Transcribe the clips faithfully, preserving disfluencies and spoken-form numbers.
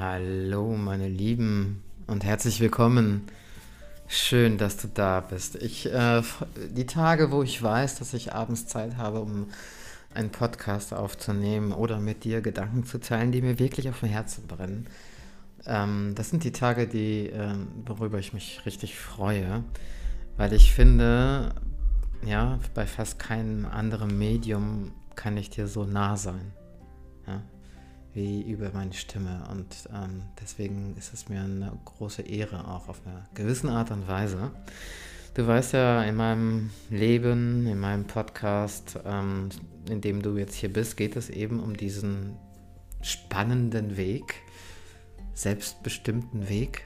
Hallo, meine Lieben, und herzlich willkommen. Schön, dass du da bist. Ich, äh, f- die Tage, wo ich weiß, dass ich abends Zeit habe, um einen Podcast aufzunehmen oder mit dir Gedanken zu teilen, die mir wirklich auf dem Herzen brennen, ähm, das sind die Tage, die, ähm, worüber ich mich richtig freue, weil ich finde, ja, bei fast keinem anderen Medium kann ich dir so nah sein. Ja? Wie über meine Stimme. Und ähm, deswegen ist es mir eine große Ehre, auch auf eine gewisse Art und Weise. Du weißt ja, in meinem Leben, in meinem Podcast, ähm, in dem du jetzt hier bist, geht es eben um diesen spannenden Weg, selbstbestimmten Weg.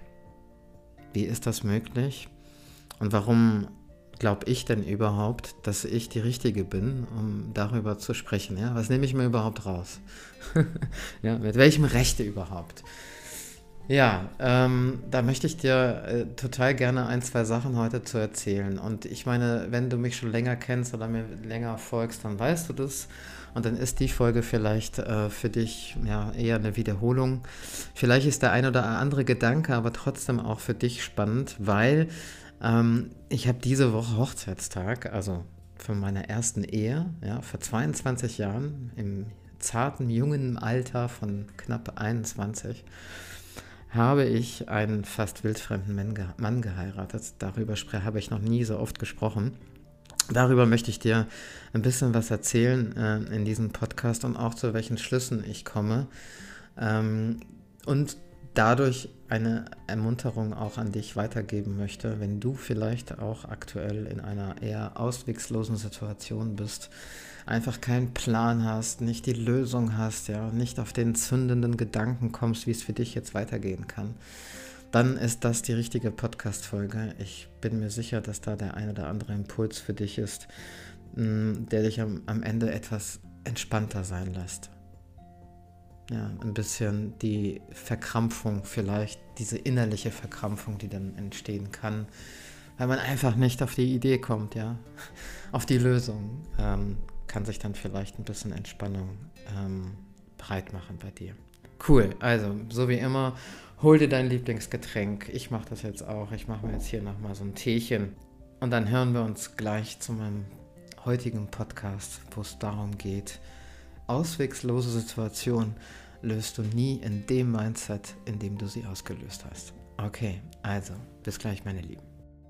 Wie ist das möglich? Und warum glaube ich denn überhaupt, dass ich die Richtige bin, um darüber zu sprechen? Ja? Was nehme ich mir überhaupt raus? Ja, mit welchem Rechte überhaupt? Ja, ähm, da möchte ich dir äh, total gerne ein, zwei Sachen heute zu erzählen. Und ich meine, wenn du mich schon länger kennst oder mir länger folgst, dann weißt du das. Und dann ist die Folge vielleicht äh, für dich ja, eher eine Wiederholung. Vielleicht ist der ein oder andere Gedanke aber trotzdem auch für dich spannend, weil ähm, ich habe diese Woche Hochzeitstag, also von meiner ersten Ehe, ja, vor zweiundzwanzig Jahren, im zarten, jungen Alter von knapp einundzwanzig, habe ich einen fast wildfremden Mann, ge Mann geheiratet. Darüber habe ich noch nie so oft gesprochen. Darüber möchte ich dir ein bisschen was erzählen äh, in diesem Podcast und auch zu welchen Schlüssen ich komme. Ähm, und dadurch eine Ermunterung auch an dich weitergeben möchte, wenn du vielleicht auch aktuell in einer eher auswegslosen Situation bist, einfach keinen Plan hast, nicht die Lösung hast, ja, nicht auf den zündenden Gedanken kommst, wie es für dich jetzt weitergehen kann, dann ist das die richtige Podcast-Folge. Ich bin mir sicher, dass da der ein oder andere Impuls für dich ist, mh, der dich am, am Ende etwas entspannter sein lässt. Ja, ein bisschen die Verkrampfung vielleicht, diese innerliche Verkrampfung, die dann entstehen kann, weil man einfach nicht auf die Idee kommt, ja, auf die Lösung, ähm, kann sich dann vielleicht ein bisschen Entspannung ähm, breit machen bei dir. Cool, also so wie immer, hol dir dein Lieblingsgetränk. Ich mache das jetzt auch. Ich mache mir jetzt hier nochmal so ein Teechen. Und dann hören wir uns gleich zu meinem heutigen Podcast, wo es darum geht, auswegslose Situation löst du nie in dem Mindset, in dem du sie ausgelöst hast. Okay, also, bis gleich, meine Lieben.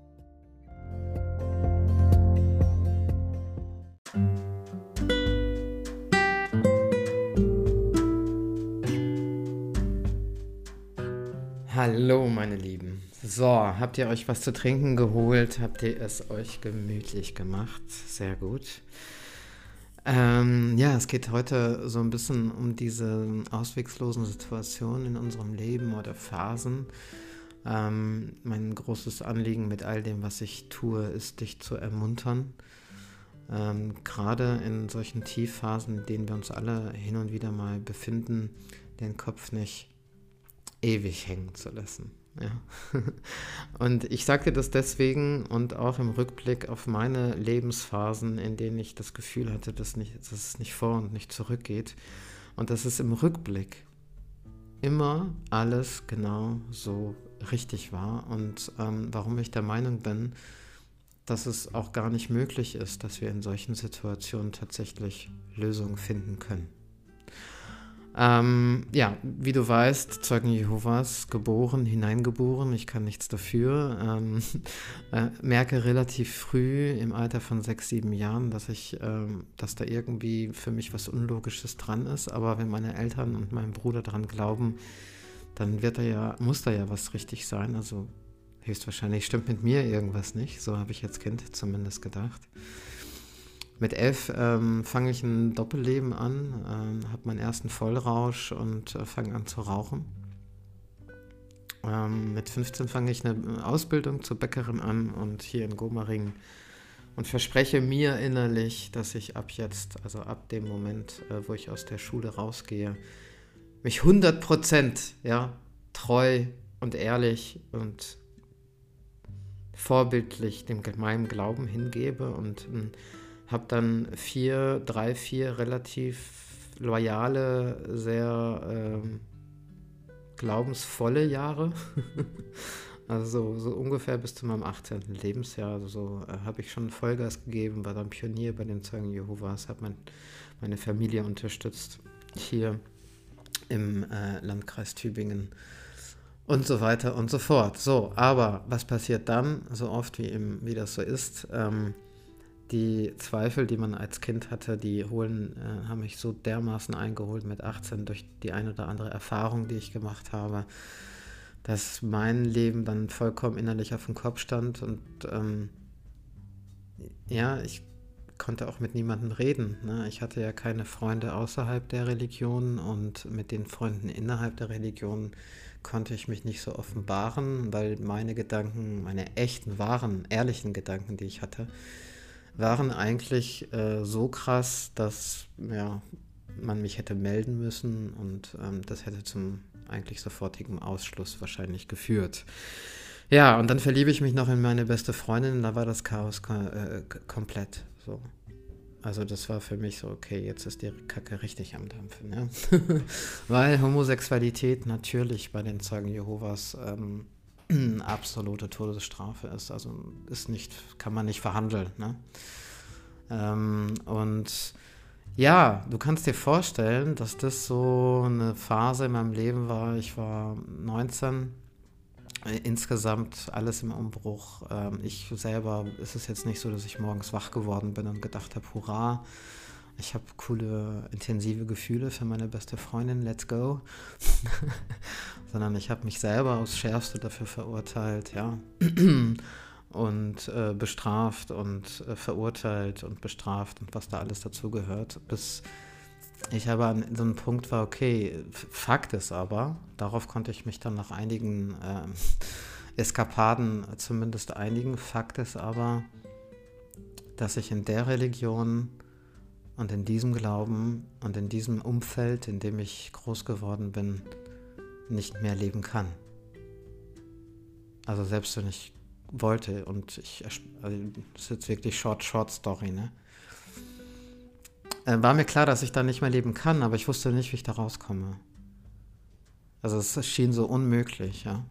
Hallo, meine Lieben. So, habt ihr euch was zu trinken geholt? Habt ihr es euch gemütlich gemacht? Sehr gut. Ähm, ja, es geht heute so ein bisschen um diese ausweglosen Situationen in unserem Leben oder Phasen. Ähm, mein großes Anliegen mit all dem, was ich tue, ist, dich zu ermuntern. Ähm, gerade in solchen Tiefphasen, in denen wir uns alle hin und wieder mal befinden, den Kopf nicht ewig hängen zu lassen. Ja. Und ich sage dir das deswegen und auch im Rückblick auf meine Lebensphasen, in denen ich das Gefühl hatte, dass, nicht, dass es nicht vor und nicht zurückgeht. Und dass es im Rückblick immer alles genau so richtig war. Und ähm, warum ich der Meinung bin, dass es auch gar nicht möglich ist, dass wir in solchen Situationen tatsächlich Lösungen finden können. Ähm, ja, wie du weißt, Zeugen Jehovas, geboren, hineingeboren, ich kann nichts dafür. Ähm, äh, merke relativ früh im Alter von sechs, sieben Jahren, dass ich, ähm, dass da irgendwie für mich was Unlogisches dran ist. Aber wenn meine Eltern und mein Bruder daran glauben, dann wird da ja, muss da ja was richtig sein. Also höchstwahrscheinlich stimmt mit mir irgendwas nicht. So habe ich als Kind zumindest gedacht. Mit elf ähm, fange ich ein Doppelleben an, ähm, habe meinen ersten Vollrausch und äh, fange an zu rauchen. Ähm, mit fünfzehn fange ich eine Ausbildung zur Bäckerin an und hier in Gomaringen und verspreche mir innerlich, dass ich ab jetzt, also ab dem Moment, äh, wo ich aus der Schule rausgehe, mich hundert Prozent, ja, treu und ehrlich und vorbildlich dem meinem Glauben hingebe und ähm, habe dann vier, drei, vier relativ loyale, sehr ähm, glaubensvolle Jahre. Also so, so ungefähr bis zu meinem achtzehnten Lebensjahr. Also so äh, habe ich schon Vollgas gegeben, war dann Pionier bei den Zeugen Jehovas, habe mein, meine Familie unterstützt hier im äh, Landkreis Tübingen und so weiter und so fort. So, aber was passiert dann? So oft wie, im, wie das so ist, ähm, die Zweifel, die man als Kind hatte, die holen, äh, haben mich so dermaßen eingeholt mit achtzehn durch die ein oder andere Erfahrung, die ich gemacht habe, dass mein Leben dann vollkommen innerlich auf dem Kopf stand und ähm, ja, ich konnte auch mit niemandem reden. Ne? Ich hatte ja keine Freunde außerhalb der Religion und mit den Freunden innerhalb der Religion konnte ich mich nicht so offenbaren, weil meine Gedanken, meine echten, wahren, ehrlichen Gedanken, die ich hatte, waren eigentlich äh, so krass, dass ja, man mich hätte melden müssen und ähm, das hätte zum eigentlich sofortigen Ausschluss wahrscheinlich geführt. Ja, und dann verliebe ich mich noch in meine beste Freundin und da war das Chaos kom- äh, komplett so. Also das war für mich so, okay, jetzt ist die Kacke richtig am Dampfen. Ja? Weil Homosexualität natürlich bei den Zeugen Jehovas ähm, absolute Todesstrafe ist. Also ist nicht, kann man nicht verhandeln. Ne? Ähm, und ja, du kannst dir vorstellen, dass das so eine Phase in meinem Leben war. Ich war neunzehn, äh, insgesamt alles im Umbruch. Ähm, ich selber, ist es jetzt nicht so, dass ich morgens wach geworden bin und gedacht habe, hurra, ich habe coole, intensive Gefühle für meine beste Freundin, let's go. Sondern ich habe mich selber aufs Schärfste dafür verurteilt, ja. und äh, bestraft und äh, verurteilt und bestraft und was da alles dazu gehört, bis ich aber an so einem Punkt war, okay, Fakt ist aber, darauf konnte ich mich dann nach einigen äh, Eskapaden zumindest einigen, Fakt ist aber, dass ich in der Religion und in diesem Glauben und in diesem Umfeld, in dem ich groß geworden bin, nicht mehr leben kann. Also selbst wenn ich wollte und ich, also das ist jetzt wirklich Short, Short Story, ne? Äh, war mir klar, dass ich da nicht mehr leben kann, aber ich wusste nicht, wie ich da rauskomme. Also es schien so unmöglich, ja.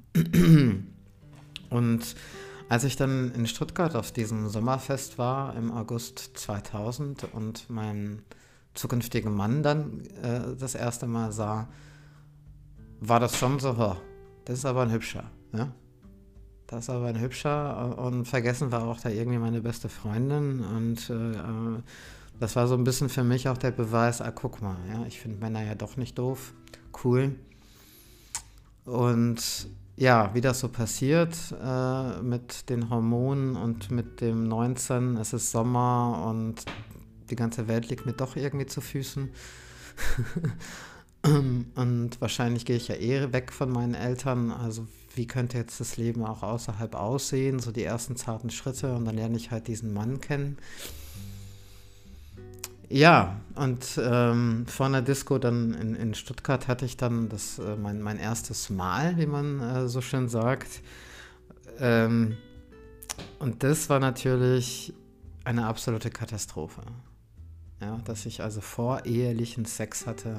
Und als ich dann in Stuttgart auf diesem Sommerfest war im August zweitausend und meinen zukünftigen Mann dann äh, das erste Mal sah, war das schon so, oh, das ist aber ein Hübscher, ja. Das ist aber ein Hübscher und vergessen war auch da irgendwie meine beste Freundin und äh, das war so ein bisschen für mich auch der Beweis, ah, guck mal, ja, ich finde Männer ja doch nicht doof, cool. Und ja, wie das so passiert äh, mit den Hormonen und mit dem neunzehn, es ist Sommer und die ganze Welt liegt mir doch irgendwie zu Füßen. Und wahrscheinlich gehe ich ja eh weg von meinen Eltern, also wie könnte jetzt das Leben auch außerhalb aussehen, so die ersten zarten Schritte und dann lerne ich halt diesen Mann kennen. Ja, und ähm, vor einer Disco dann in, in Stuttgart hatte ich dann das, äh, mein, mein erstes Mal, wie man äh, so schön sagt. Ähm, und das war natürlich eine absolute Katastrophe. Ja, dass ich also vorehelichen Sex hatte.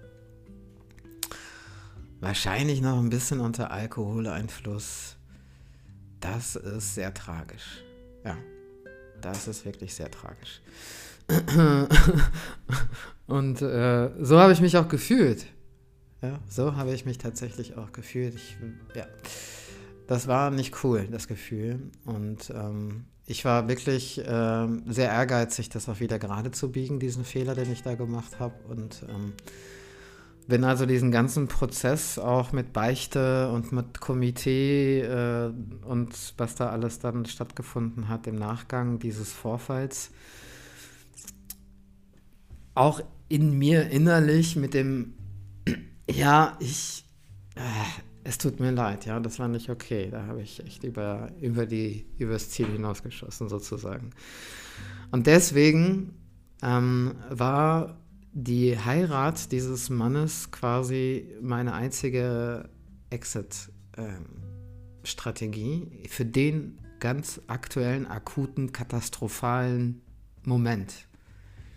Wahrscheinlich noch ein bisschen unter Alkoholeinfluss. Das ist sehr tragisch. Ja, das ist wirklich sehr tragisch. Und äh, so habe ich mich auch gefühlt. Ja, so habe ich mich tatsächlich auch gefühlt. Ich, ja, das war nicht cool, das Gefühl. Und ähm, ich war wirklich äh, sehr ehrgeizig, das auch wieder gerade zu biegen, diesen Fehler, den ich da gemacht habe. Und ähm, bin also diesen ganzen Prozess auch mit Beichte und mit Komitee äh, und was da alles dann stattgefunden hat im Nachgang dieses Vorfalls, auch in mir innerlich mit dem, ja, ich, äh, es tut mir leid, ja, das war nicht okay. Da habe ich echt über, über die, übers Ziel hinausgeschossen sozusagen. Und deswegen ähm, war die Heirat dieses Mannes quasi meine einzige Exit-Strategie ähm, für den ganz aktuellen, akuten, katastrophalen Moment.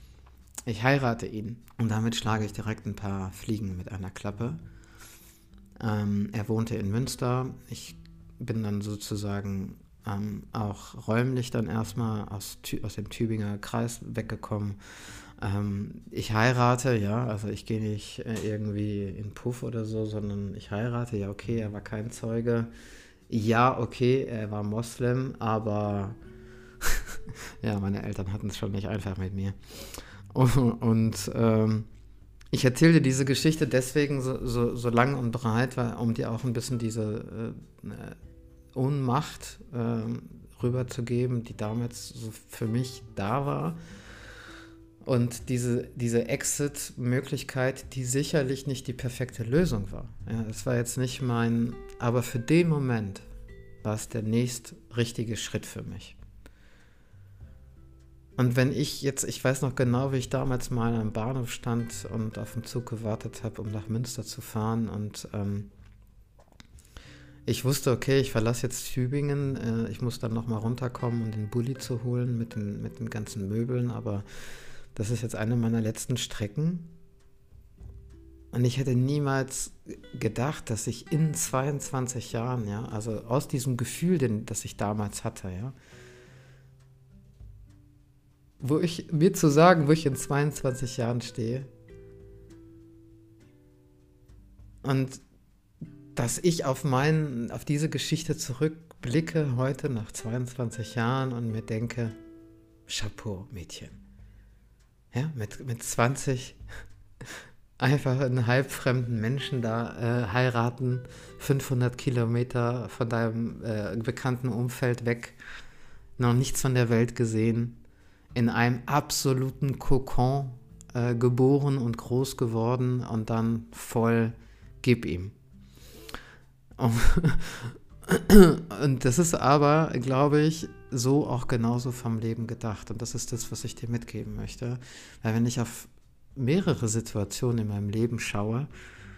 Ich heirate ihn und damit schlage ich direkt ein paar Fliegen mit einer Klappe. Ähm, er wohnte in Münster. Ich bin dann sozusagen ähm, auch räumlich dann erstmal aus, aus dem Tübinger Kreis weggekommen. Ähm, ich heirate, ja, also ich gehe nicht äh, irgendwie in Puff oder so, sondern ich heirate, ja, okay, er war kein Zeuge. Ja, okay, er war Moslem, aber ja, meine Eltern hatten es schon nicht einfach mit mir. Und, und ähm, ich erzähle dir diese Geschichte deswegen so, so, so lang und breit, weil, um dir auch ein bisschen diese äh, Ohnmacht äh, rüberzugeben, die damals so für mich da war. Und diese, diese Exit-Möglichkeit, die sicherlich nicht die perfekte Lösung war. Ja, es war jetzt nicht mein, aber für den Moment war es der nächst richtige Schritt für mich. Und wenn ich jetzt, ich weiß noch genau, wie ich damals mal am Bahnhof stand und auf den Zug gewartet habe, um nach Münster zu fahren, und ähm, ich wusste, okay, ich verlasse jetzt Tübingen, äh, ich muss dann nochmal runterkommen, um den Bulli zu holen mit den, mit den ganzen Möbeln, aber das ist jetzt eine meiner letzten Strecken. Und ich hätte niemals gedacht, dass ich in zweiundzwanzig Jahren, ja, also aus diesem Gefühl, den, das ich damals hatte, ja, wo ich, mir zu sagen, wo ich in zweiundzwanzig Jahren stehe und dass ich auf meinen, auf diese Geschichte zurückblicke heute nach zweiundzwanzig Jahren und mir denke, Chapeau, Mädchen. Ja, mit, mit zwanzig einfach einen halbfremden Menschen da äh, heiraten, fünfhundert Kilometer von deinem äh, bekannten Umfeld weg, noch nichts von der Welt gesehen, in einem absoluten Kokon äh, geboren und groß geworden und dann voll, gib ihm. Und das ist aber, glaube ich, so auch genauso vom Leben gedacht. Und das ist das, was ich dir mitgeben möchte. Weil wenn ich auf mehrere Situationen in meinem Leben schaue,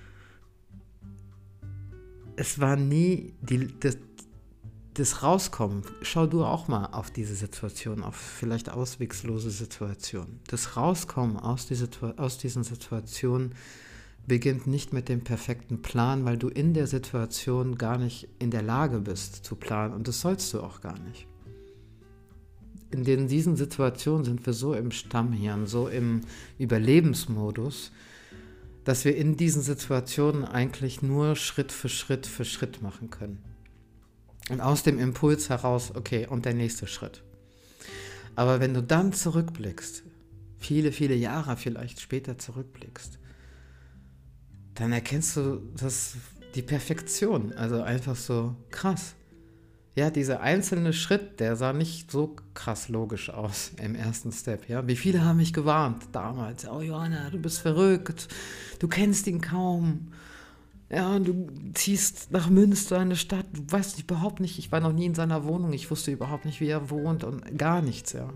es war nie die, das, das Rauskommen. Schau du auch mal auf diese Situation, auf vielleicht auswegslose Situationen. Das Rauskommen aus, die Situa- aus diesen Situationen beginnt nicht mit dem perfekten Plan, weil du in der Situation gar nicht in der Lage bist zu planen, und das sollst du auch gar nicht. In den, diesen Situationen sind wir so im Stammhirn, so im Überlebensmodus, dass wir in diesen Situationen eigentlich nur Schritt für Schritt für Schritt machen können. Und aus dem Impuls heraus, okay, und der nächste Schritt. Aber wenn du dann zurückblickst, viele, viele Jahre vielleicht später zurückblickst, dann erkennst du das, die Perfektion. Also einfach so krass. Ja, dieser einzelne Schritt, der sah nicht so krass logisch aus im ersten Step. Ja, wie viele haben mich gewarnt damals. Oh Johanna, du bist verrückt. Du kennst ihn kaum. Ja, du ziehst nach Münster, eine Stadt. Du weißt überhaupt nicht. Ich war noch nie in seiner Wohnung. Ich wusste überhaupt nicht, wie er wohnt und gar nichts, ja.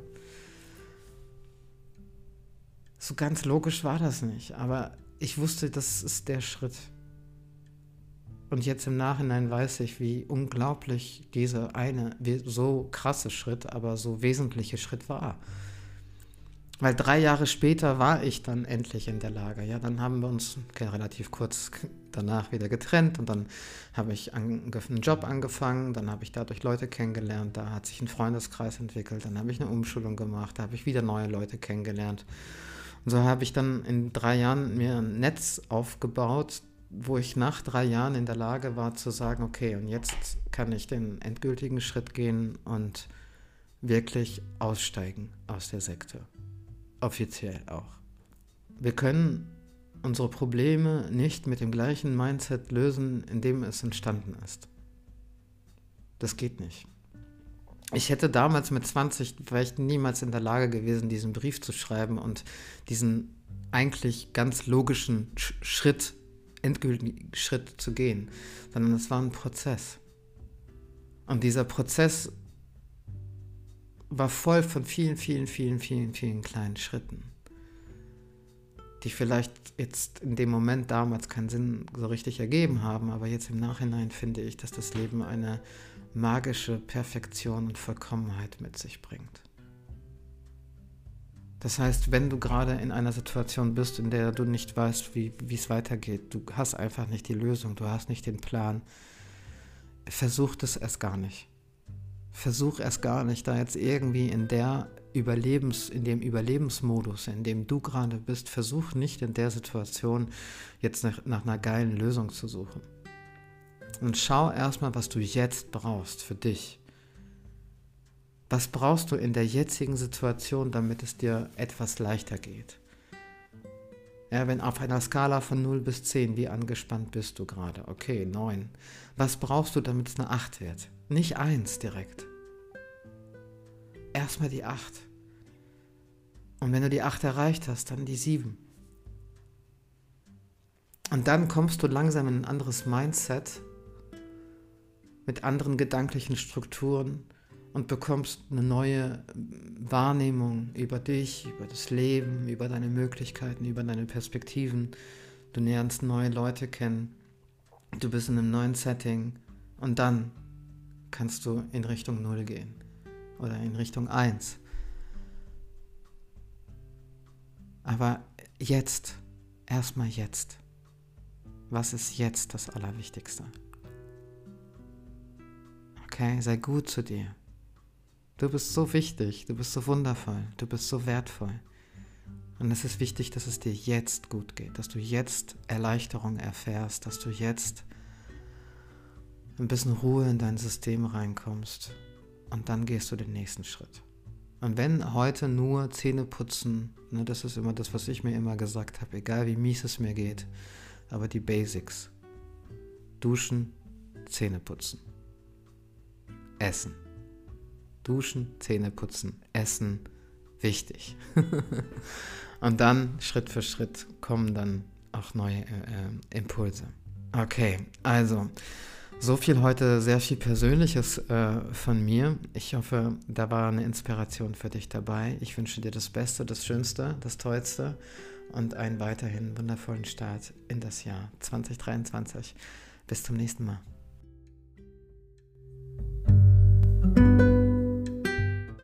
So ganz logisch war das nicht. Aber ich wusste, das ist der Schritt. Und jetzt im Nachhinein weiß ich, wie unglaublich dieser eine, so krasse Schritt, aber so wesentliche Schritt war. Weil drei Jahre später war ich dann endlich in der Lage. Ja, dann haben wir uns okay, relativ kurz danach wieder getrennt und dann habe ich einen Job angefangen, dann habe ich dadurch Leute kennengelernt, da hat sich ein Freundeskreis entwickelt, dann habe ich eine Umschulung gemacht, da habe ich wieder neue Leute kennengelernt. Und so habe ich dann in drei Jahren mir ein Netz aufgebaut, wo ich nach drei Jahren in der Lage war zu sagen, okay, und jetzt kann ich den endgültigen Schritt gehen und wirklich aussteigen aus der Sekte. Offiziell auch. Wir können unsere Probleme nicht mit dem gleichen Mindset lösen, in dem es entstanden ist. Das geht nicht. Ich hätte damals mit zwanzig vielleicht niemals in der Lage gewesen, diesen Brief zu schreiben und diesen eigentlich ganz logischen Schritt, endgültigen Schritt zu gehen, sondern es war ein Prozess. Und dieser Prozess war voll von vielen, vielen, vielen, vielen, vielen kleinen Schritten, die vielleicht jetzt in dem Moment damals keinen Sinn so richtig ergeben haben, aber jetzt im Nachhinein finde ich, dass das Leben eine magische Perfektion und Vollkommenheit mit sich bringt. Das heißt, wenn du gerade in einer Situation bist, in der du nicht weißt, wie wie es weitergeht, du hast einfach nicht die Lösung, du hast nicht den Plan, versuch das erst gar nicht. Versuch erst gar nicht, da jetzt irgendwie in der Überlebens, in dem Überlebensmodus, in dem du gerade bist, versuch nicht in der Situation jetzt nach, nach einer geilen Lösung zu suchen. Und schau erstmal, was du jetzt brauchst für dich. Was brauchst du in der jetzigen Situation, damit es dir etwas leichter geht? Ja, wenn auf einer Skala von null bis zehn, wie angespannt bist du gerade? Okay, neun. Was brauchst du, damit es eine acht wird? Nicht eins direkt. Erstmal die acht. Und wenn du die acht erreicht hast, dann die sieben. Und dann kommst du langsam in ein anderes Mindset mit anderen gedanklichen Strukturen und bekommst eine neue Wahrnehmung über dich, über das Leben, über deine Möglichkeiten, über deine Perspektiven. Du lernst neue Leute kennen, du bist in einem neuen Setting und dann kannst du in Richtung null gehen oder in Richtung eins. Aber jetzt, erstmal jetzt. Was ist jetzt das Allerwichtigste? Okay, sei gut zu dir. Du bist so wichtig, du bist so wundervoll, du bist so wertvoll. Und es ist wichtig, dass es dir jetzt gut geht, dass du jetzt Erleichterung erfährst, dass du jetzt ein bisschen Ruhe in dein System reinkommst und dann gehst du den nächsten Schritt. Und wenn heute nur Zähne putzen, ne, das ist immer das, was ich mir immer gesagt habe, egal wie mies es mir geht, aber die Basics. Duschen, Zähne putzen. Essen. Duschen, Zähne putzen, essen, wichtig. Und dann Schritt für Schritt kommen dann auch neue äh, Impulse. Okay, also so viel heute, sehr viel Persönliches äh, von mir. Ich hoffe, da war eine Inspiration für dich dabei. Ich wünsche dir das Beste, das Schönste, das Tollste und einen weiterhin wundervollen Start in das Jahr zwanzig dreiundzwanzig. Bis zum nächsten Mal.